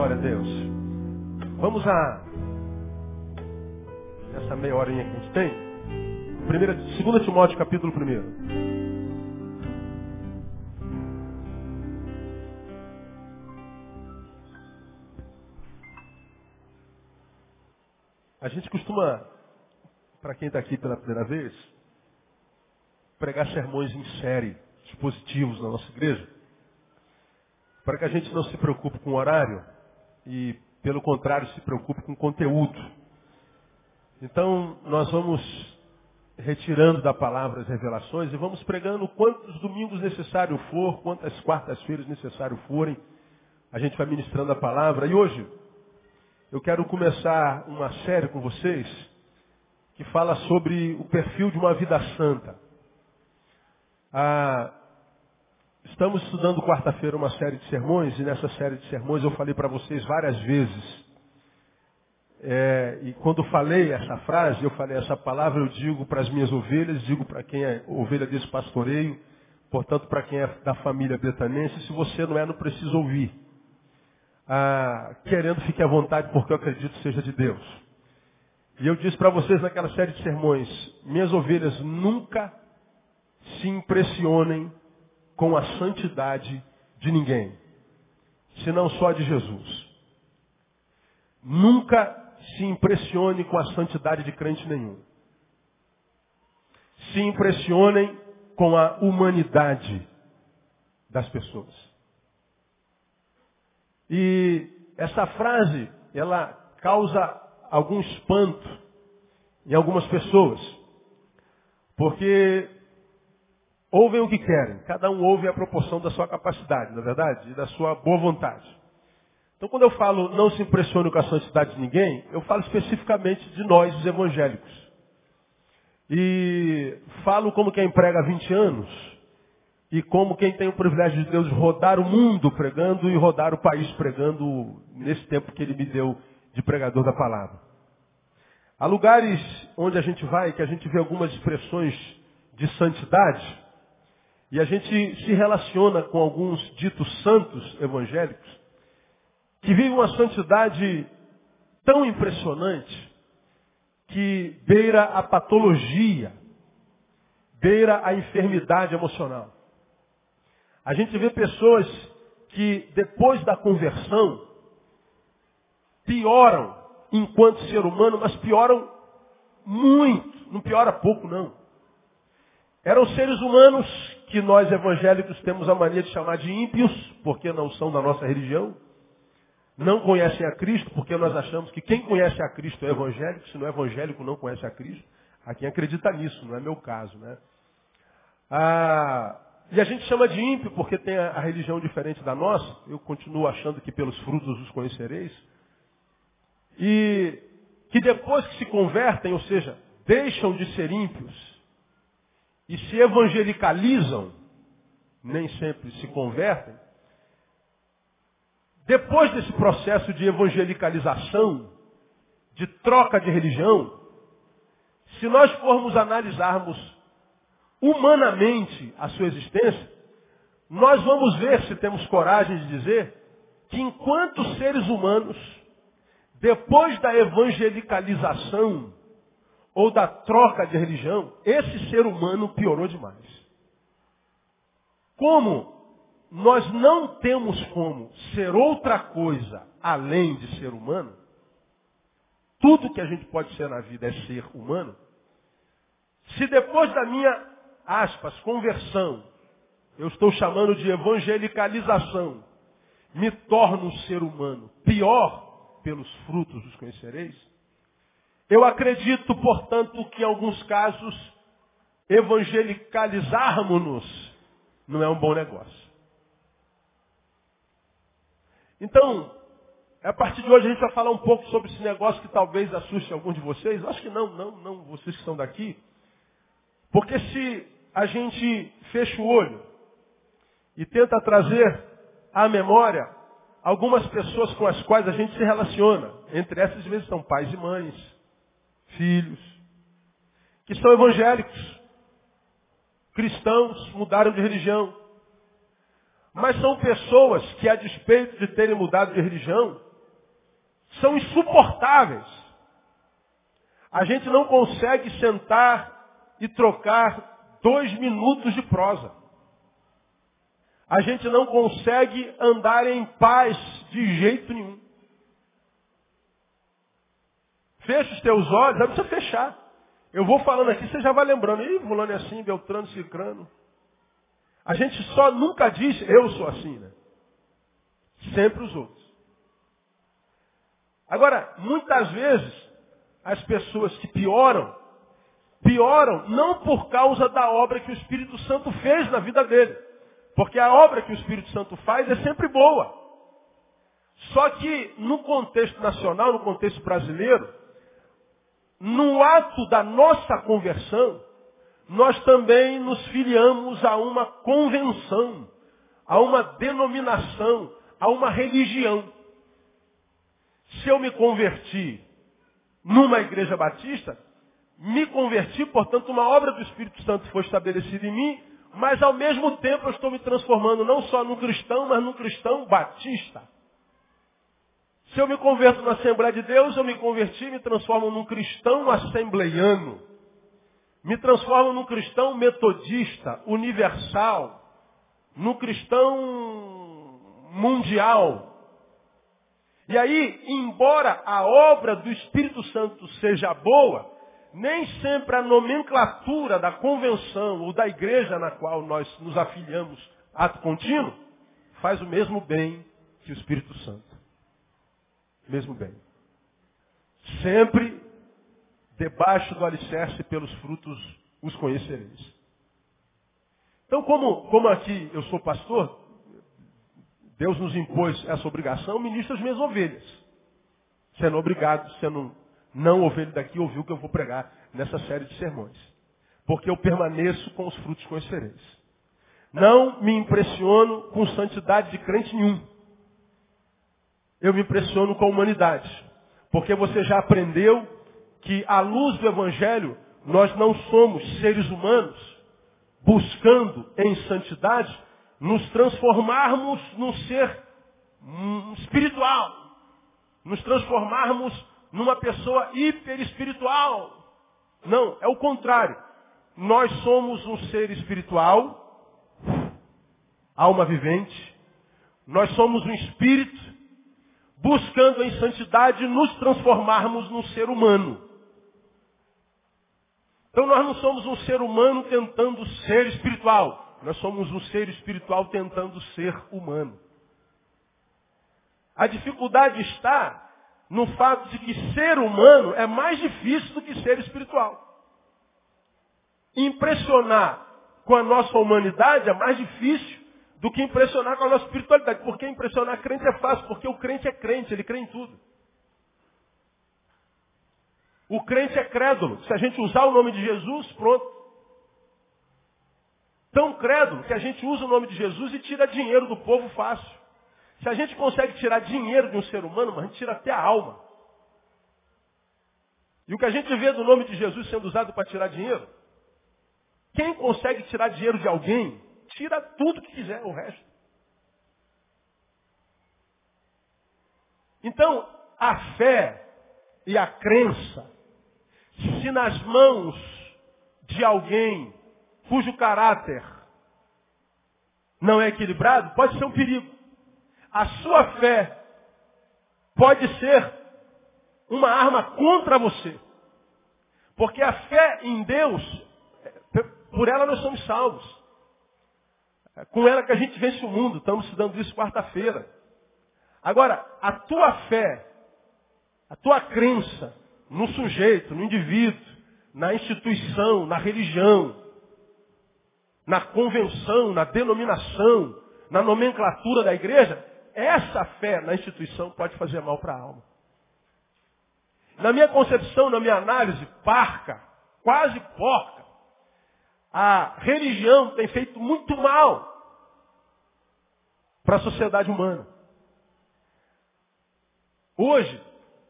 Glória a Deus. Vamos a essa meia horinha que a gente tem. 2 Timóteo, capítulo 1. A gente costuma, para quem está aqui pela primeira vez, pregar sermões em série, expositivos na nossa igreja, para que a gente não se preocupe com o horário e, pelo contrário, se preocupe com o conteúdo. Então, nós vamos retirando da palavra as revelações e vamos pregando quantos domingos necessário for, quantas quartas-feiras necessário forem, a gente vai ministrando a palavra. E hoje, eu quero começar uma série com vocês que fala sobre o perfil de uma vida santa. Estamos estudando quarta-feira uma série de sermões e nessa série de sermões eu falei para vocês várias vezes. E quando falei essa frase, eu falei essa palavra, eu digo para as minhas ovelhas, digo para quem é ovelha desse pastoreio, portanto para quem é da família betanense, se você não é, não precisa ouvir. Querendo, fique à vontade, porque eu acredito seja de Deus. E eu disse para vocês naquela série de sermões, minhas ovelhas nunca se impressionem com a santidade de ninguém, senão só de Jesus. Nunca se impressione com a santidade de crente nenhum. Se impressionem com a humanidade das pessoas. E essa frase, ela causa algum espanto em algumas pessoas. Porque ouvem o que querem. Cada um ouve a proporção da sua capacidade, não é verdade? E da sua boa vontade. Então, quando eu falo não se impressione com a santidade de ninguém, eu falo especificamente de nós, os evangélicos. E falo como quem prega há 20 anos e como quem tem o privilégio de Deus rodar o mundo pregando e rodar o país pregando nesse tempo que Ele me deu de pregador da palavra. Há lugares onde a gente vai que a gente vê algumas expressões de santidade e a gente se relaciona com alguns ditos santos evangélicos que vivem uma santidade tão impressionante que beira a patologia, beira a enfermidade emocional. A gente vê pessoas que depois da conversão pioram enquanto ser humano, mas pioram muito, não piora pouco não. Eram seres humanos que nós evangélicos temos a mania de chamar de ímpios, porque não são da nossa religião. Não conhecem a Cristo, porque nós achamos que quem conhece a Cristo é evangélico, se não é evangélico não conhece a Cristo. Há quem acredita nisso, não é meu caso, né? E a gente chama de ímpio porque tem a religião diferente da nossa. Eu continuo achando que pelos frutos os conhecereis. E que depois que se convertem, ou seja, deixam de ser ímpios e se evangelicalizam, nem sempre se convertem. Depois desse processo de evangelicalização, de troca de religião, se nós formos analisarmos humanamente a sua existência, nós vamos ver, se temos coragem de dizer, que enquanto seres humanos, depois da evangelicalização ou da troca de religião, esse ser humano piorou demais. Como nós não temos como ser outra coisa além de ser humano, tudo que a gente pode ser na vida é ser humano, se depois da minha, aspas, conversão, eu estou chamando de evangelicalização, me torno um ser humano pior, pelos frutos os conhecereis, eu acredito, portanto, que em alguns casos, evangelicalizarmos-nos não é um bom negócio. Então, a partir de hoje a gente vai falar um pouco sobre esse negócio que talvez assuste alguns de vocês. Acho que não vocês que estão daqui. Porque se a gente fecha o olho e tenta trazer à memória algumas pessoas com as quais a gente se relaciona. Entre essas, às vezes, são pais e mães, filhos, que são evangélicos, cristãos, mudaram de religião. Mas são pessoas que, a despeito de terem mudado de religião, são insuportáveis. A gente não consegue sentar e trocar 2 minutos de prosa. A gente não consegue andar em paz de jeito nenhum. Fecha os teus olhos, não precisa fechar. Eu vou falando aqui, você já vai lembrando. Ih, fulano é assim, Beltrano, Cicrano. A gente só nunca diz, eu sou assim, né? Sempre os outros. Agora, muitas vezes, as pessoas que pioram não por causa da obra que o Espírito Santo fez na vida dele. Porque a obra que o Espírito Santo faz é sempre boa. Só que no contexto nacional, no contexto brasileiro, no ato da nossa conversão, nós também nos filiamos a uma convenção, a uma denominação, a uma religião. Se eu me converti numa igreja batista, me converti, portanto, uma obra do Espírito Santo foi estabelecida em mim, mas ao mesmo tempo eu estou me transformando não só num cristão, mas num cristão batista. Se eu me converto na Assembleia de Deus, eu me converti e me transformo num cristão assembleiano. Me transformo num cristão metodista, universal, num cristão mundial. E aí, embora a obra do Espírito Santo seja boa, nem sempre a nomenclatura da convenção ou da igreja na qual nós nos afiliamos, ato contínuo, faz o mesmo bem que o Espírito Santo. Mesmo bem. Sempre debaixo do alicerce pelos frutos os conhecereis. Então, como aqui eu sou pastor, Deus nos impôs essa obrigação, ministra as minhas ovelhas. Sendo obrigado, sendo não ovelha daqui, ouvir o que eu vou pregar nessa série de sermões. Porque eu permaneço com os frutos conhecereis. Não me impressiono com santidade de crente nenhum. Eu me impressiono com a humanidade. Porque você já aprendeu que, à luz do Evangelho, nós não somos seres humanos buscando em santidade nos transformarmos num ser espiritual. Nos transformarmos numa pessoa hiperespiritual. Não, é o contrário. Nós somos um ser espiritual, alma vivente. Nós somos um espírito buscando em santidade nos transformarmos num ser humano. Então nós não somos um ser humano tentando ser espiritual. Nós somos um ser espiritual tentando ser humano. A dificuldade está no fato de que ser humano é mais difícil do que ser espiritual. Impressionar com a nossa humanidade é mais difícil do que impressionar com a nossa espiritualidade. Porque impressionar crente é fácil, porque o crente é crente, ele crê em tudo. O crente é crédulo. Se a gente usar o nome de Jesus, pronto. Tão crédulo que a gente usa o nome de Jesus e tira dinheiro do povo fácil. Se a gente consegue tirar dinheiro de um ser humano, mas a gente tira até a alma. E o que a gente vê do nome de Jesus sendo usado para tirar dinheiro, quem consegue tirar dinheiro de alguém, tira tudo que quiser, o resto. Então, a fé e a crença, se nas mãos de alguém cujo caráter não é equilibrado, pode ser um perigo. A sua fé pode ser uma arma contra você. Porque a fé em Deus, por ela nós somos salvos. É com ela que a gente vence o mundo. Estamos estudando isso quarta-feira. Agora, a tua fé, a tua crença no sujeito, no indivíduo, na instituição, na religião, na convenção, na denominação, na nomenclatura da igreja, essa fé na instituição pode fazer mal para a alma. Na minha concepção, na minha análise parca, quase porca, a religião tem feito muito mal para a sociedade humana. Hoje,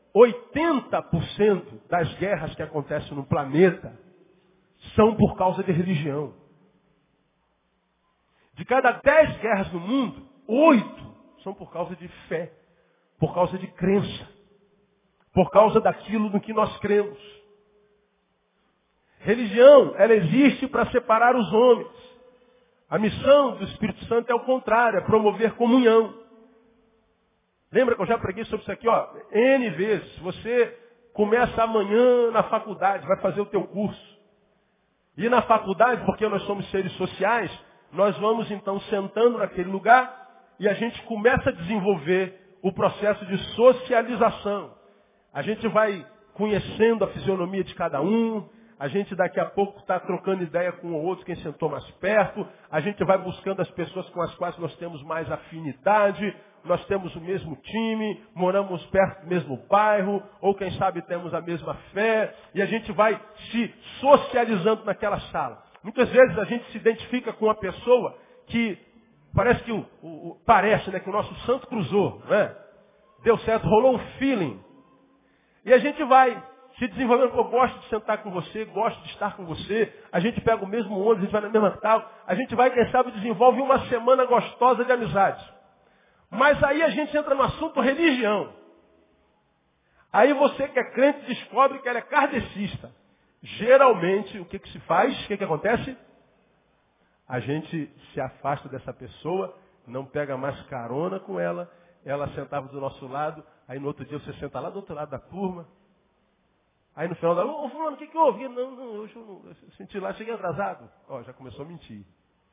80% das guerras que acontecem no planeta são por causa de religião. De cada 10 guerras no mundo, 8 são por causa de fé, por causa de crença. por causa daquilo no que nós cremos. Religião, ela existe para separar os homens. A missão do Espírito Santo é o contrário, é promover comunhão. Lembra que eu já preguei sobre isso aqui, N vezes. Você começa amanhã na faculdade, vai fazer o teu curso. E na faculdade, porque nós somos seres sociais, nós vamos então sentando naquele lugar e a gente começa a desenvolver o processo de socialização. A gente vai conhecendo a fisionomia de cada um, a gente daqui a pouco está trocando ideia com o outro, quem sentou mais perto, a gente vai buscando as pessoas com as quais nós temos mais afinidade, nós temos o mesmo time, moramos perto do mesmo bairro, ou quem sabe temos a mesma fé, e a gente vai se socializando naquela sala. Muitas vezes a gente se identifica com uma pessoa que parece que que o nosso santo cruzou, né? Deu certo, rolou um feeling. E a gente vai se desenvolvendo, eu gosto de sentar com você, gosto de estar com você, a gente pega o mesmo ônibus, a gente vai na mesma tal, a gente vai, quem sabe, desenvolve uma semana gostosa de amizade. Mas aí a gente entra no assunto religião. Aí você que é crente descobre que ela é kardecista. Geralmente, o que se faz? O que acontece? A gente se afasta dessa pessoa, não pega mais carona com ela, ela sentava do nosso lado, aí no outro dia você senta lá do outro lado da turma. Aí no final da ô fulano, o que houve? Não, hoje eu senti lá, cheguei atrasado. Já começou a mentir.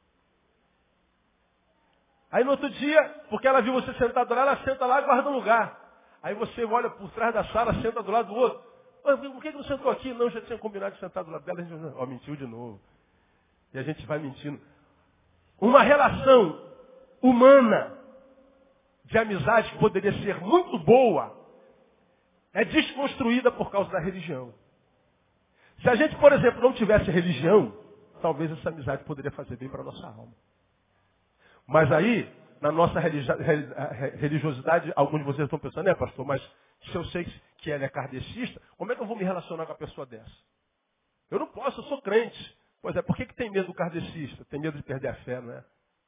Aí no outro dia, porque ela viu você sentado lá, ela senta lá e guarda um lugar. Aí você olha por trás da sala, senta do lado do outro. Por que não sentou aqui? Não, já tinha combinado de sentar do lado dela. A gente, mentiu de novo. E a gente vai mentindo. Uma relação humana de amizade que poderia ser muito boa, é desconstruída por causa da religião. Se a gente, por exemplo, não tivesse religião, talvez essa amizade poderia fazer bem para a nossa alma. Mas aí, na nossa religiosidade, alguns de vocês estão pensando, pastor, mas se eu sei que ela é kardecista, como é que eu vou me relacionar com a pessoa dessa? Eu não posso, eu sou crente. Pois é, por que tem medo do kardecista? Tem medo de perder a fé, não é?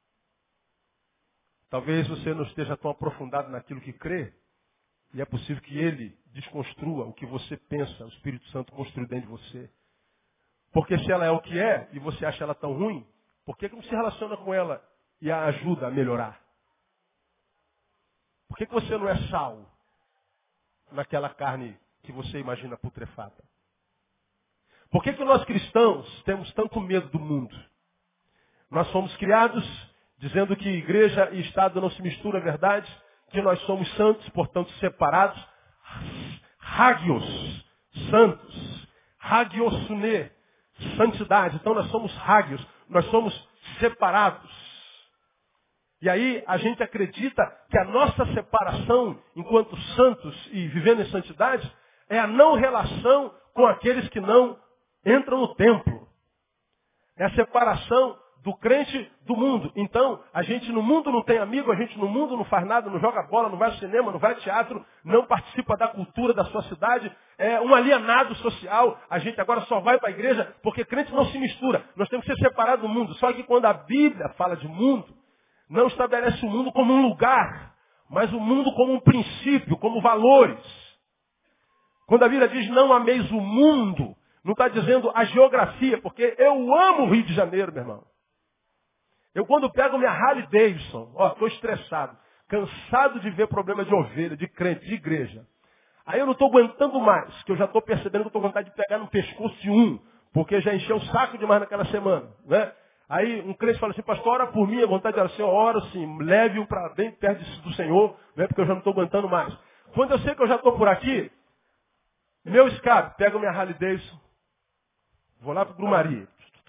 Talvez você não esteja tão aprofundado naquilo que crê, e é possível que ele desconstrua o que você pensa, o Espírito Santo construiu dentro de você. Porque se ela é o que é, e você acha ela tão ruim, por que não se relaciona com ela e a ajuda a melhorar? Por que você não é sal naquela carne que você imagina putrefata? Por que nós cristãos temos tanto medo do mundo? Nós fomos criados dizendo que igreja e Estado não se misturam, é verdade? Que nós somos santos, portanto separados. Hagios, santos. Hagiosune, santidade. Então nós somos hagios, nós somos separados. E aí a gente acredita que a nossa separação, enquanto santos e vivendo em santidade, é a não relação com aqueles que não entram no templo. É a separação do crente do mundo. Então, a gente no mundo não tem amigo, a gente no mundo não faz nada, não joga bola, não vai ao cinema, não vai ao teatro, não participa da cultura da sua cidade, é um alienado social. A gente agora só vai para a igreja porque crente não se mistura. Nós temos que ser separados do mundo. Só que quando a Bíblia fala de mundo, não estabelece o mundo como um lugar, mas o mundo como um princípio, como valores. Quando a Bíblia diz não ameis o mundo, não está dizendo a geografia, porque eu amo o Rio de Janeiro, meu irmão. Eu quando pego minha Harley Davidson, estou estressado, cansado de ver problema de ovelha, de crente, de igreja. Aí eu não estou aguentando mais, que eu já estou percebendo que eu estou com vontade de pegar no pescoço de um, porque já encheu o saco demais naquela semana, né? Aí um crente fala assim, pastor, ora por mim, a vontade de oração, ora sim, leve-o para bem perto do Senhor, né? Porque eu já não estou aguentando mais. Quando eu sei que eu já estou por aqui, meu escape, pego minha Harley Davidson, vou lá para o Grumari.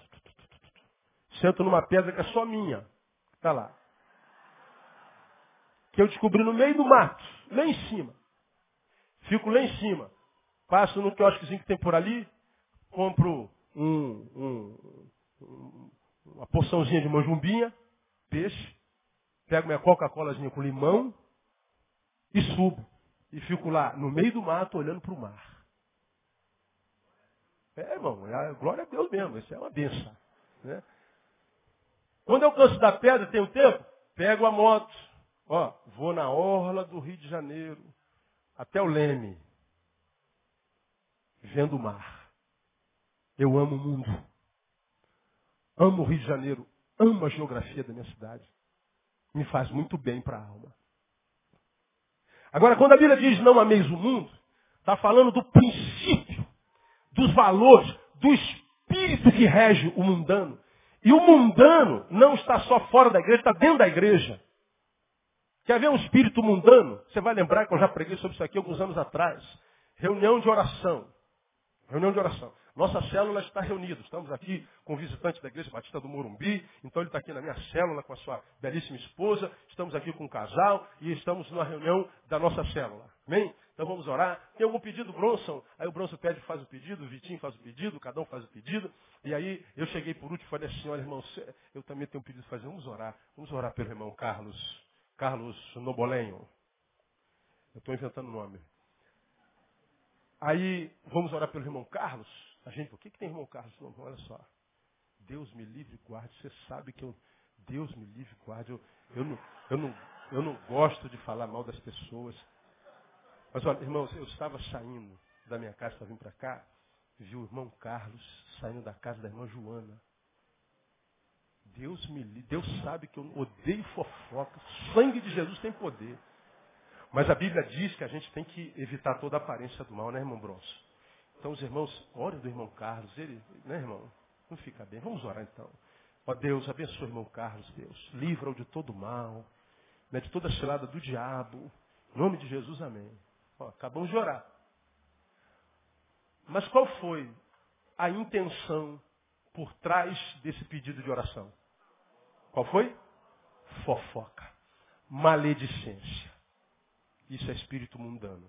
Sento numa pedra que é só minha. Está lá. Que eu descobri no meio do mato. Lá em cima. Fico lá em cima. Passo no quiosquezinho que tem por ali. Compro uma porçãozinha de manjumbinha. Peixe. Pego minha Coca-Colazinha com limão. E subo. E fico lá no meio do mato olhando para o mar. Irmão, glória a Deus mesmo. Isso é uma benção. Né? Quando eu canso da pedra, tenho tempo, pego a moto, vou na orla do Rio de Janeiro, até o Leme. vendo o mar. Eu amo o mundo. Amo o Rio de Janeiro. Amo a geografia da minha cidade. Me faz muito bem para a alma. Agora, quando a Bíblia diz não ameis o mundo, está falando do princípio, dos valores, do espírito que rege o mundano. E o mundano não está só fora da igreja, está dentro da igreja. Quer ver um espírito mundano? Você vai lembrar que eu já preguei sobre isso aqui alguns anos atrás. Reunião de oração. Reunião de oração. Nossa célula está reunida. Estamos aqui com o visitante da Igreja Batista do Morumbi. Então ele está aqui na minha célula com a sua belíssima esposa. Estamos aqui com um casal e estamos numa reunião da nossa célula. Amém? Então vamos orar. Tem algum pedido, Bronson? Aí o Bronson pede, faz o pedido, o Vitinho faz o pedido, cada um faz o pedido. E aí eu cheguei por último e falei assim, olha irmão, eu também tenho um pedido de fazer. Vamos orar. Vamos orar pelo irmão Carlos Nobolenho. Eu estou inventando o nome. Aí, vamos orar pelo irmão Carlos. A gente, por que tem irmão Carlos? Não, olha só. Deus me livre e guarde. Você sabe que Deus me livre e guarde. Eu não gosto de falar mal das pessoas. Mas olha, irmãos, eu estava saindo da minha casa para vir para cá. Vi o irmão Carlos saindo da casa da irmã Joana. Deus me livre. Deus sabe que eu odeio fofoca. O sangue de Jesus tem poder. Mas a Bíblia diz que a gente tem que evitar toda a aparência do mal, né, irmão Bronson? Então os irmãos, orem do irmão Carlos. Ele, né, irmão? Não fica bem. Vamos orar então. Ó Deus, abençoa o irmão Carlos, Deus. Livra-o de todo mal, né, de toda cilada do diabo. Em nome de Jesus, amém. Ó, acabamos de orar. Mas qual foi a intenção por trás desse pedido de oração? Qual foi? Fofoca. Maledicência. Isso é espírito mundano.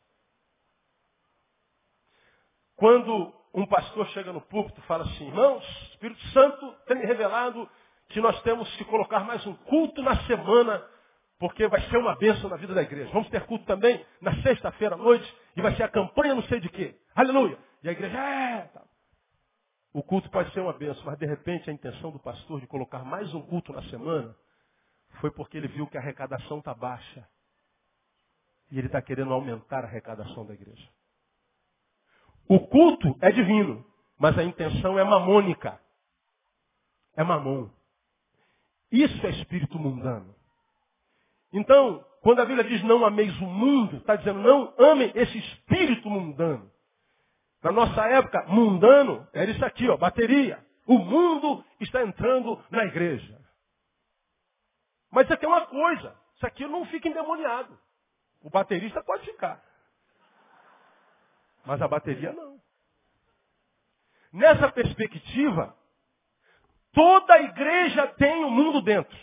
Quando um pastor chega no púlpito e fala assim, irmãos, o Espírito Santo tem me revelado que nós temos que colocar mais um culto na semana, porque vai ser uma bênção na vida da igreja. Vamos ter culto também na sexta-feira à noite, e vai ser a campanha não sei de quê. Aleluia! E a igreja, tá. O culto pode ser uma bênção, mas de repente a intenção do pastor de colocar mais um culto na semana foi porque ele viu que a arrecadação está baixa. E ele está querendo aumentar a arrecadação da igreja. O culto é divino, mas a intenção é mamônica. É mamon. Isso é espírito mundano. Então, quando a Bíblia diz não ameis o mundo, está dizendo não amem esse espírito mundano. Na nossa época, mundano era isso aqui, ó, bateria. O mundo está entrando na igreja. Mas isso aqui é uma coisa. Isso aqui não fica endemoniado. O baterista pode ficar. Mas a bateria não. Nessa perspectiva, toda a igreja tem o mundo dentro.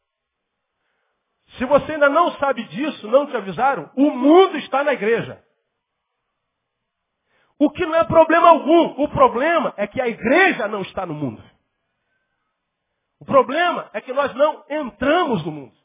Se você ainda não sabe disso, não te avisaram, o mundo está na igreja. O que não é problema algum. O problema é que a igreja não está no mundo. O problema é que nós não entramos no mundo.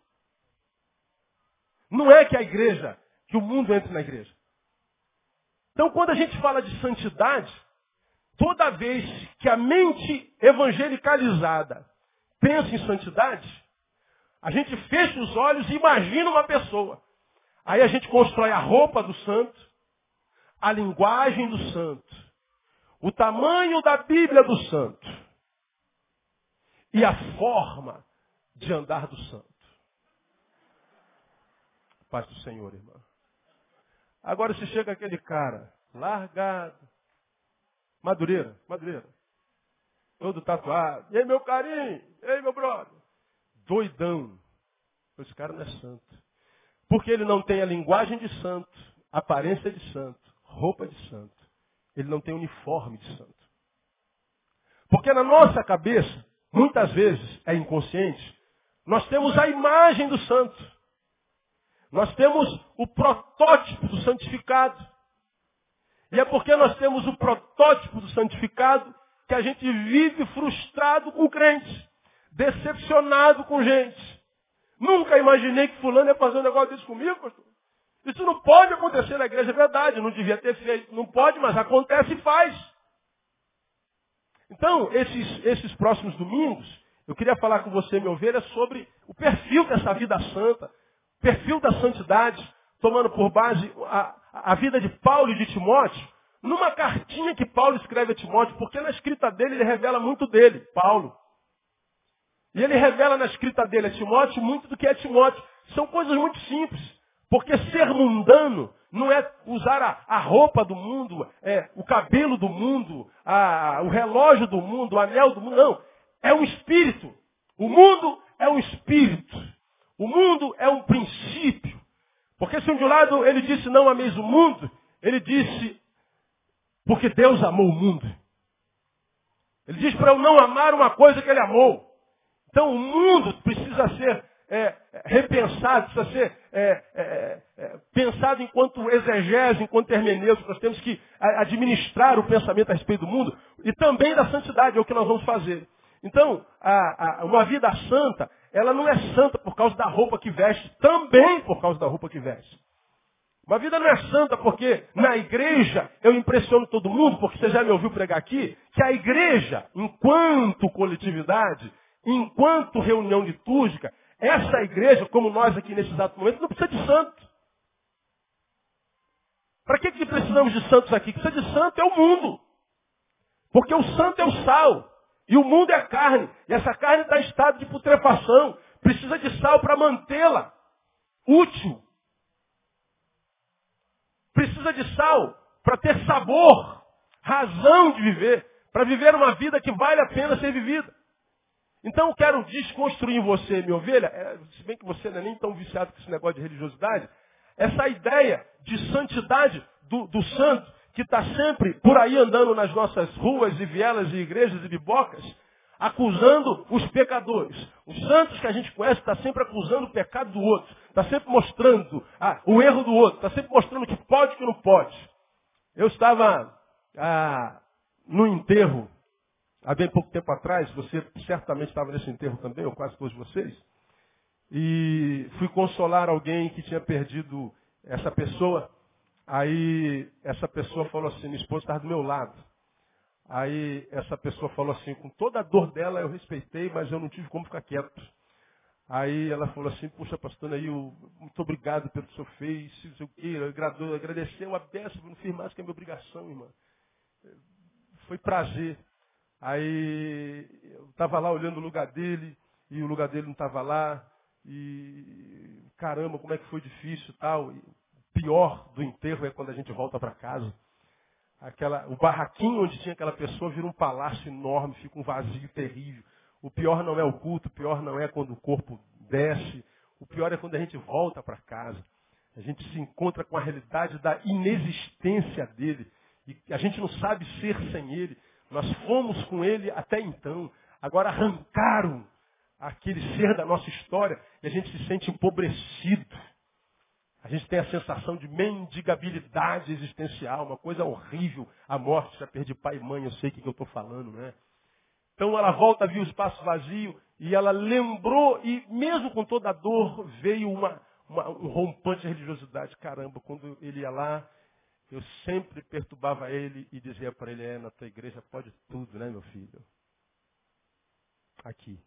Não é que a igreja, que o mundo entre na igreja. Então, quando a gente fala de santidade, toda vez que a mente evangelicalizada pensa em santidade, a gente fecha os olhos e imagina uma pessoa. Aí a gente constrói a roupa do santo, a linguagem do santo, o tamanho da Bíblia do santo e a forma de andar do santo. Paz do Senhor, irmã. Agora se chega aquele cara, largado, madureira, todo tatuado. E aí, meu carinho? E aí, meu brother? Doidão. Esse cara não é santo. Porque ele não tem a linguagem de santo, aparência de santo, roupa de santo. Ele não tem uniforme de santo. Porque na nossa cabeça, muitas vezes, é inconsciente, nós temos a imagem do santo. Nós temos o protótipo do santificado. E é porque nós temos o protótipo do santificado que a gente vive frustrado com crentes, decepcionado com gente. Nunca imaginei que fulano ia fazer um negócio desse comigo, pastor. Isso não pode acontecer na igreja, é verdade, não devia ter feito. Não pode, mas acontece e faz. Então, esses próximos domingos, eu queria falar com você, minha ovelha, sobre o perfil dessa vida santa, perfil da santidade, tomando por base a vida de Paulo e de Timóteo, numa cartinha que Paulo escreve a Timóteo, porque na escrita dele ele revela muito dele, Paulo. E ele revela na escrita dele a Timóteo muito do que é Timóteo. São coisas muito simples. Porque ser mundano não é usar a roupa do mundo, o cabelo do mundo, o relógio do mundo, o anel do mundo. Não. É um espírito. O mundo é um espírito. O mundo é um princípio. Porque se de um lado ele disse não ameis o mundo, ele disse porque Deus amou o mundo. Ele diz para eu não amar uma coisa que ele amou. Então o mundo precisa ser repensado, precisa ser pensado enquanto exegese, enquanto hermenêutico. Nós temos que administrar o pensamento a respeito do mundo e também da santidade, é o que nós vamos fazer. Então, uma vida santa, ela não é santa por causa da roupa que veste, também por causa da roupa que veste. Uma vida não é santa porque na igreja eu impressiono todo mundo, porque você já me ouviu pregar aqui, que a igreja, enquanto coletividade, enquanto reunião litúrgica, essa igreja, como nós aqui nesse exato momento, não precisa de santo. Para que precisamos de santos aqui? Precisa de santo é o mundo. Porque o santo é o sal. E o mundo é a carne. E essa carne está em estado de putrefação. Precisa de sal para mantê-la útil. Precisa de sal para ter sabor, razão de viver. Para viver uma vida que vale a pena ser vivida. Então eu quero desconstruir em você, minha ovelha, se bem que você não é nem tão viciado com esse negócio de religiosidade, essa ideia de santidade do santo, que está sempre por aí andando nas nossas ruas e vielas e igrejas e bibocas, acusando os pecadores. Os santos que a gente conhece está sempre acusando o pecado do outro, está sempre mostrando o erro do outro, está sempre mostrando o que pode e o que não pode. Eu estava no enterro, há bem pouco tempo atrás, você certamente estava nesse enterro também, ou quase todos vocês, e fui consolar alguém que tinha perdido essa pessoa. Aí essa pessoa falou assim, minha esposa estava do meu lado. Aí essa pessoa falou assim, com toda a dor dela eu respeitei, mas eu não tive como ficar quieto. Aí ela falou assim, puxa, pastor Neil, muito obrigado pelo que o senhor fez, não sei o quê, agradeceu a beça, não fiz mais que a minha obrigação, irmã. Foi prazer. Aí eu estava lá olhando o lugar dele, e o lugar dele não estava lá, e caramba, como é que foi difícil e tal. E o pior do enterro é quando a gente volta para casa. O barraquinho onde tinha aquela pessoa vira um palácio enorme, fica um vazio terrível. O pior não é o culto, o pior não é quando o corpo desce, o pior é quando a gente volta para casa. A gente se encontra com a realidade da inexistência dele, e a gente não sabe ser sem ele. Nós fomos com ele até então. Agora arrancaram aquele ser da nossa história e a gente se sente empobrecido. A gente tem a sensação de mendigabilidade existencial, uma coisa horrível. A morte, já perdi pai e mãe, eu sei o que eu estou falando, né? Então ela volta, viu o espaço vazio e ela lembrou, e mesmo com toda a dor, veio um rompante de religiosidade. Caramba, quando ele ia lá, eu sempre perturbava ele e dizia para ele, na tua igreja pode tudo, né, meu filho? Aqui.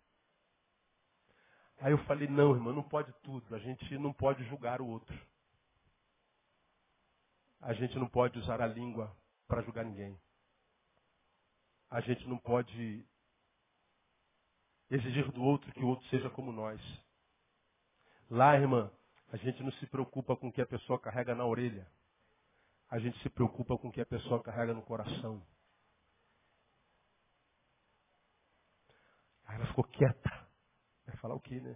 Aí eu falei, não, irmão, não pode tudo. A gente não pode julgar o outro. A gente não pode usar a língua para julgar ninguém. A gente não pode exigir do outro que o outro seja como nós. Lá, irmã, a gente não se preocupa com o que a pessoa carrega na orelha. A gente se preocupa com o que a pessoa carrega no coração. Aí ela ficou quieta. Vai falar o quê, né?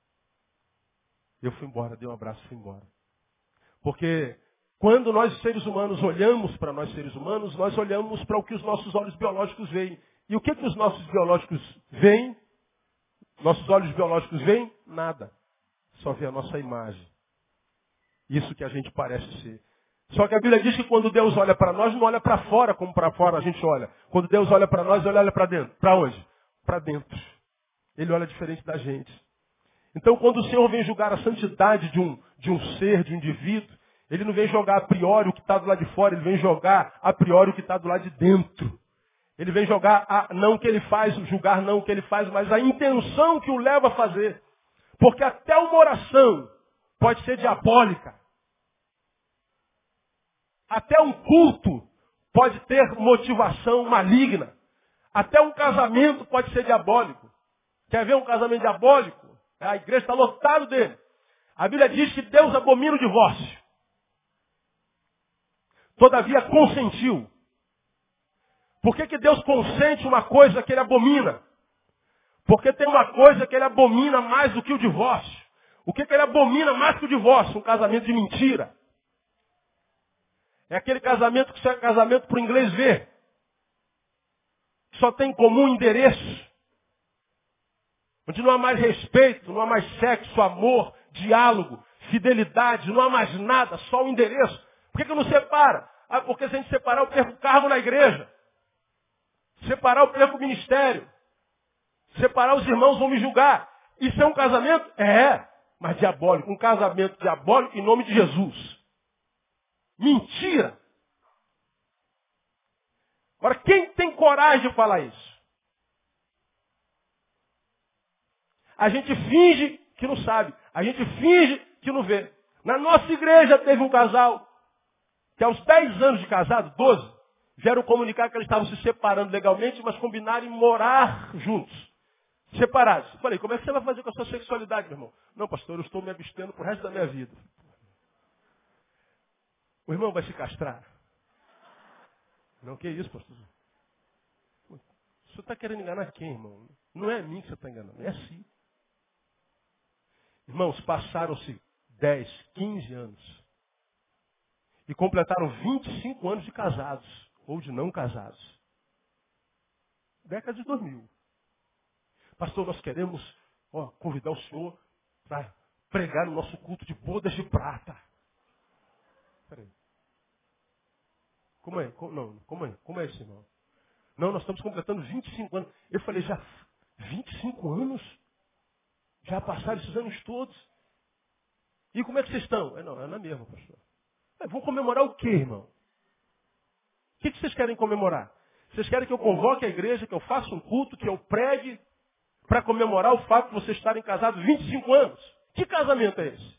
Eu fui embora, dei um abraço e fui embora. Porque quando nós seres humanos olhamos para nós seres humanos, nós olhamos para o que os nossos olhos biológicos veem. E o que os nossos biológicos veem? Nossos olhos biológicos veem? Nada. Só vê a nossa imagem. Isso que a gente parece ser. Só que a Bíblia diz que quando Deus olha para nós, não olha para fora como para fora a gente olha. Quando Deus olha para nós, ele olha para dentro. Para onde? Para dentro. Ele olha diferente da gente. Então, quando o Senhor vem julgar a santidade de um ser, de um indivíduo, ele não vem jogar a priori o que está do lado de fora, ele vem jogar a priori o que está do lado de dentro. Ele vem jogar não o que ele faz, julgar não o que ele faz, mas a intenção que o leva a fazer. Porque até uma oração pode ser diabólica. Até um culto pode ter motivação maligna. Até um casamento pode ser diabólico. Quer ver um casamento diabólico? A igreja está lotada dele. A Bíblia diz que Deus abomina o divórcio. Todavia consentiu. Por que Deus consente uma coisa que ele abomina? Porque tem uma coisa que ele abomina mais do que o divórcio. O que ele abomina mais que o divórcio? Um casamento de mentira. É aquele casamento que só é casamento para o inglês ver. Só tem em comum endereço. Onde não há mais respeito, não há mais sexo, amor, diálogo, fidelidade, não há mais nada, só o endereço. Por que não separa? Ah, porque se a gente separar, eu perco cargo na igreja. Separar, eu perco o ministério. Separar, os irmãos vão me julgar. Isso é um casamento? É, mas diabólico. Um casamento diabólico em nome de Jesus. Mentira. Agora, quem tem coragem de falar isso? A gente finge que não sabe. A gente finge que não vê. Na nossa igreja teve um casal que aos 10 anos de casado, 12, vieram comunicar que eles estavam se separando legalmente, mas combinaram em morar juntos. Separados. Eu falei, como é que você vai fazer com a sua sexualidade, meu irmão? Não, pastor, eu estou me abstendo pro resto da minha vida. O irmão vai se castrar. Não, que isso, pastor? O senhor está querendo enganar quem, irmão? Não é a mim que você está enganando, é a si. Irmãos, passaram-se 10, 15 anos. E completaram 25 anos de casados, ou de não casados. Década de 2000. Pastor, nós queremos convidar o senhor para pregar no nosso culto de bodas de prata. Peraí. Como é? Como é isso, irmão? Não, nós estamos completando 25 anos. Eu falei, já 25 anos? Já passaram esses anos todos? E como é que vocês estão? Não, é na mesma, pastor. Vão comemorar o quê, irmão? O que vocês querem comemorar? Vocês querem que eu convoque a igreja, que eu faça um culto, que eu pregue para comemorar o fato de vocês estarem casados 25 anos? Que casamento é esse?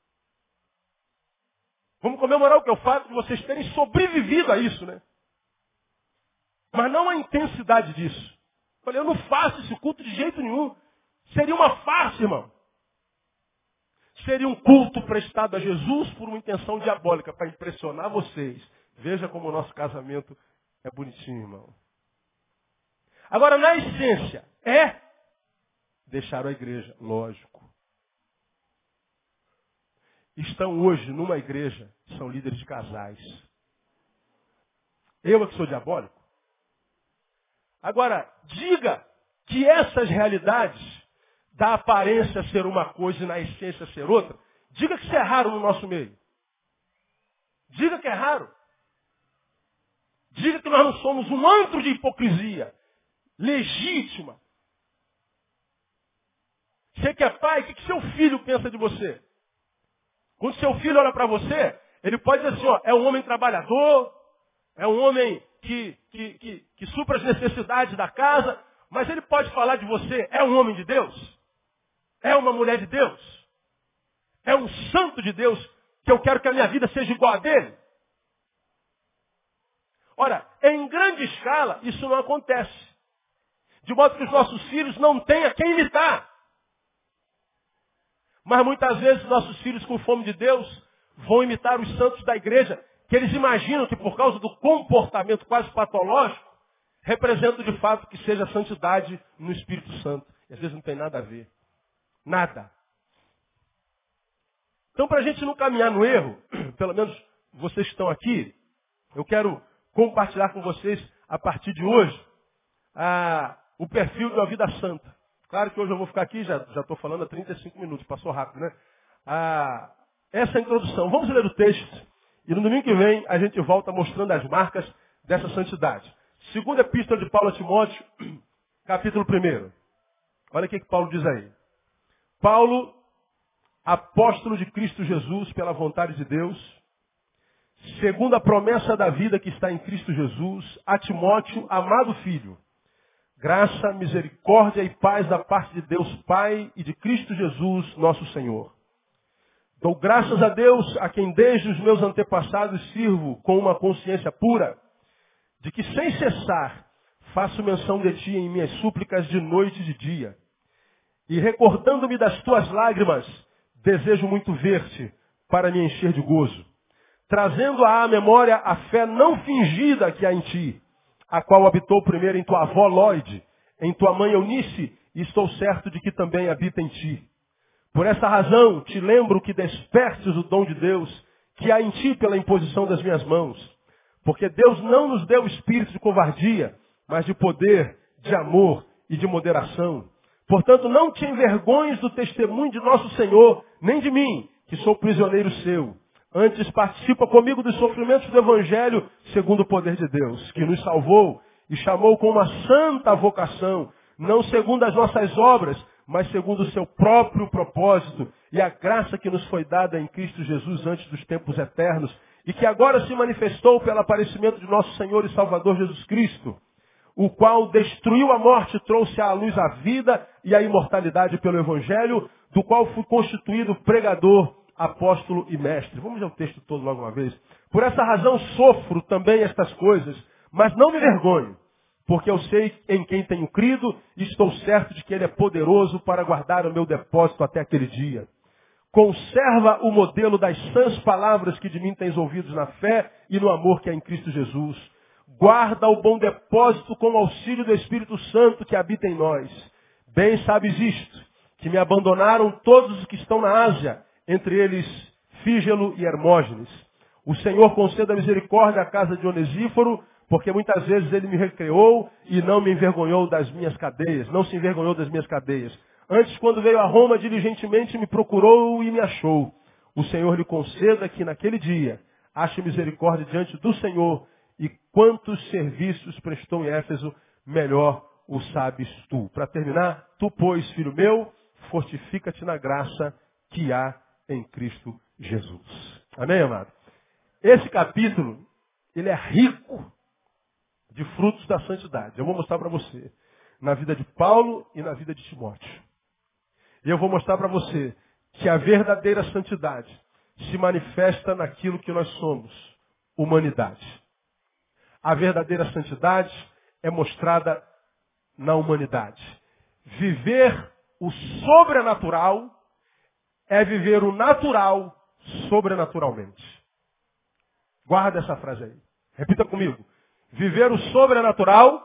Vamos comemorar o que? O fato de vocês terem sobrevivido a isso, né? Mas não a intensidade disso. Eu falei, eu não faço esse culto de jeito nenhum. Seria uma farsa, irmão. Seria um culto prestado a Jesus por uma intenção diabólica, para impressionar vocês. Veja como o nosso casamento é bonitinho, irmão. Agora, na essência, deixaram a igreja, lógico. Estão hoje numa igreja, são líderes de casais. Eu é que sou diabólico? Agora, diga que essas realidades, da aparência ser uma coisa e na essência ser outra, diga que isso é raro no nosso meio. Diga que é raro. Diga que nós não somos um antro de hipocrisia legítima. Você que é pai, o que seu filho pensa de você? Quando seu filho olha para você, ele pode dizer assim, é um homem trabalhador, é um homem que supra as necessidades da casa, mas ele pode falar de você, é um homem de Deus? É uma mulher de Deus? É um santo de Deus que eu quero que a minha vida seja igual a dele? Ora, em grande escala, isso não acontece. De modo que os nossos filhos não têm a quem imitar. Mas muitas vezes nossos filhos com fome de Deus vão imitar os santos da igreja, que eles imaginam que por causa do comportamento quase patológico, representa de fato que seja santidade no Espírito Santo. E às vezes não tem nada a ver. Nada. Então, para a gente não caminhar no erro, pelo menos vocês que estão aqui, eu quero compartilhar com vocês, a partir de hoje, o perfil de uma vida santa. Claro que hoje eu vou ficar aqui, já estou falando há 35 minutos, passou rápido, né? Essa é a introdução. Vamos ler o texto. E no domingo que vem a gente volta mostrando as marcas dessa santidade. Segunda epístola de Paulo a Timóteo, capítulo 1. Olha o que Paulo diz aí. Paulo, apóstolo de Cristo Jesus pela vontade de Deus, segundo a promessa da vida que está em Cristo Jesus, a Timóteo, amado filho, graça, misericórdia e paz da parte de Deus Pai e de Cristo Jesus, nosso Senhor. Dou graças a Deus, a quem desde os meus antepassados sirvo com uma consciência pura, de que sem cessar faço menção de ti em minhas súplicas de noite e de dia. E recordando-me das tuas lágrimas, desejo muito ver-te para me encher de gozo, trazendo à memória a fé não fingida que há em ti, a qual habitou primeiro em tua avó Lóide, em tua mãe Eunice, e estou certo de que também habita em ti. Por essa razão, te lembro que despertes o dom de Deus que há em ti pela imposição das minhas mãos. Porque Deus não nos deu espírito de covardia, mas de poder, de amor e de moderação. Portanto, não te envergonhes do testemunho de nosso Senhor, nem de mim, que sou prisioneiro seu. Antes participa comigo dos sofrimentos do Evangelho, segundo o poder de Deus, que nos salvou e chamou com uma santa vocação, não segundo as nossas obras, mas segundo o seu próprio propósito e a graça que nos foi dada em Cristo Jesus antes dos tempos eternos e que agora se manifestou pelo aparecimento de nosso Senhor e Salvador Jesus Cristo, o qual destruiu a morte e trouxe à luz a vida e a imortalidade pelo Evangelho, do qual fui constituído pregador, apóstolo e mestre. Vamos ler o texto todo logo uma vez. Por essa razão sofro também estas coisas, mas não me vergonho, porque eu sei em quem tenho crido e estou certo de que Ele é poderoso para guardar o meu depósito até aquele dia. Conserva o modelo das sãs palavras que de mim tens ouvidos na fé e no amor que há em Cristo Jesus. Guarda o bom depósito com o auxílio do Espírito Santo que habita em nós. Bem sabes isto, que me abandonaram todos os que estão na Ásia, entre eles Fígelo e Hermógenes. O Senhor conceda misericórdia à casa de Onesíforo, porque muitas vezes ele me recreou e não me envergonhou das minhas cadeias, não se envergonhou das minhas cadeias. Antes, quando veio a Roma, diligentemente me procurou e me achou. O Senhor lhe conceda que naquele dia ache misericórdia diante do Senhor, e quantos serviços prestou em Éfeso, melhor o sabes tu. Para terminar, tu, pois, filho meu, fortifica-te na graça que há em Cristo Jesus. Amém, amado? Esse capítulo, ele é rico de frutos da santidade. Eu vou mostrar para você, na vida de Paulo e na vida de Timóteo. E eu vou mostrar para você que a verdadeira santidade se manifesta naquilo que nós somos, humanidade. A verdadeira santidade é mostrada na humanidade. Viver o sobrenatural é viver o natural sobrenaturalmente. Guarda essa frase aí. Repita comigo. Viver o sobrenatural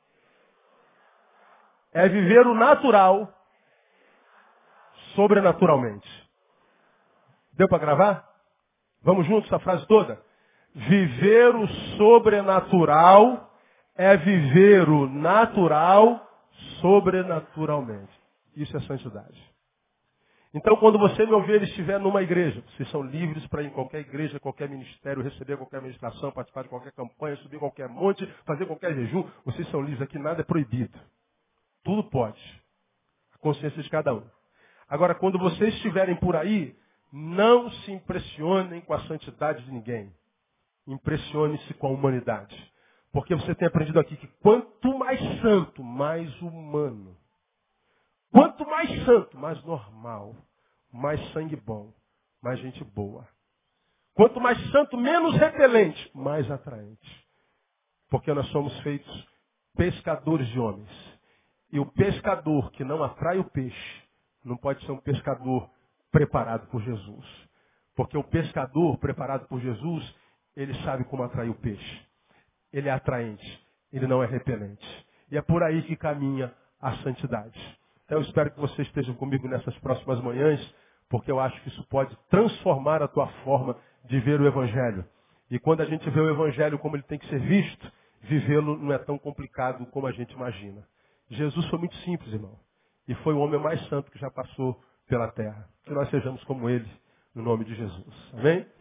é viver o natural sobrenaturalmente. Deu para gravar? Vamos juntos essa frase toda? Viver o sobrenatural é viver o natural sobrenaturalmente. Isso é santidade. Então, quando você me ouvir estiver numa igreja, vocês são livres para ir em qualquer igreja, qualquer ministério, receber qualquer ministração, participar de qualquer campanha, subir qualquer monte, fazer qualquer jejum, vocês são livres aqui, nada é proibido. Tudo pode. A consciência de cada um. Agora, quando vocês estiverem por aí, não se impressionem com a santidade de ninguém. Impressione-se com a humanidade. Porque você tem aprendido aqui que quanto mais santo, mais humano. Quanto mais santo, mais normal. Mais sangue bom, mais gente boa. Quanto mais santo, menos repelente, mais atraente. Porque nós somos feitos pescadores de homens. E o pescador que não atrai o peixe, não pode ser um pescador preparado por Jesus. Porque o pescador preparado por Jesus, ele sabe como atrair o peixe. Ele é atraente, ele não é repelente. E é por aí que caminha a santidade. Então eu espero que vocês estejam comigo nessas próximas manhãs, porque eu acho que isso pode transformar a tua forma de ver o Evangelho. E quando a gente vê o Evangelho como ele tem que ser visto, vivê-lo não é tão complicado como a gente imagina. Jesus foi muito simples, irmão. E foi o homem mais santo que já passou pela terra. Que nós sejamos como ele, no nome de Jesus. Amém?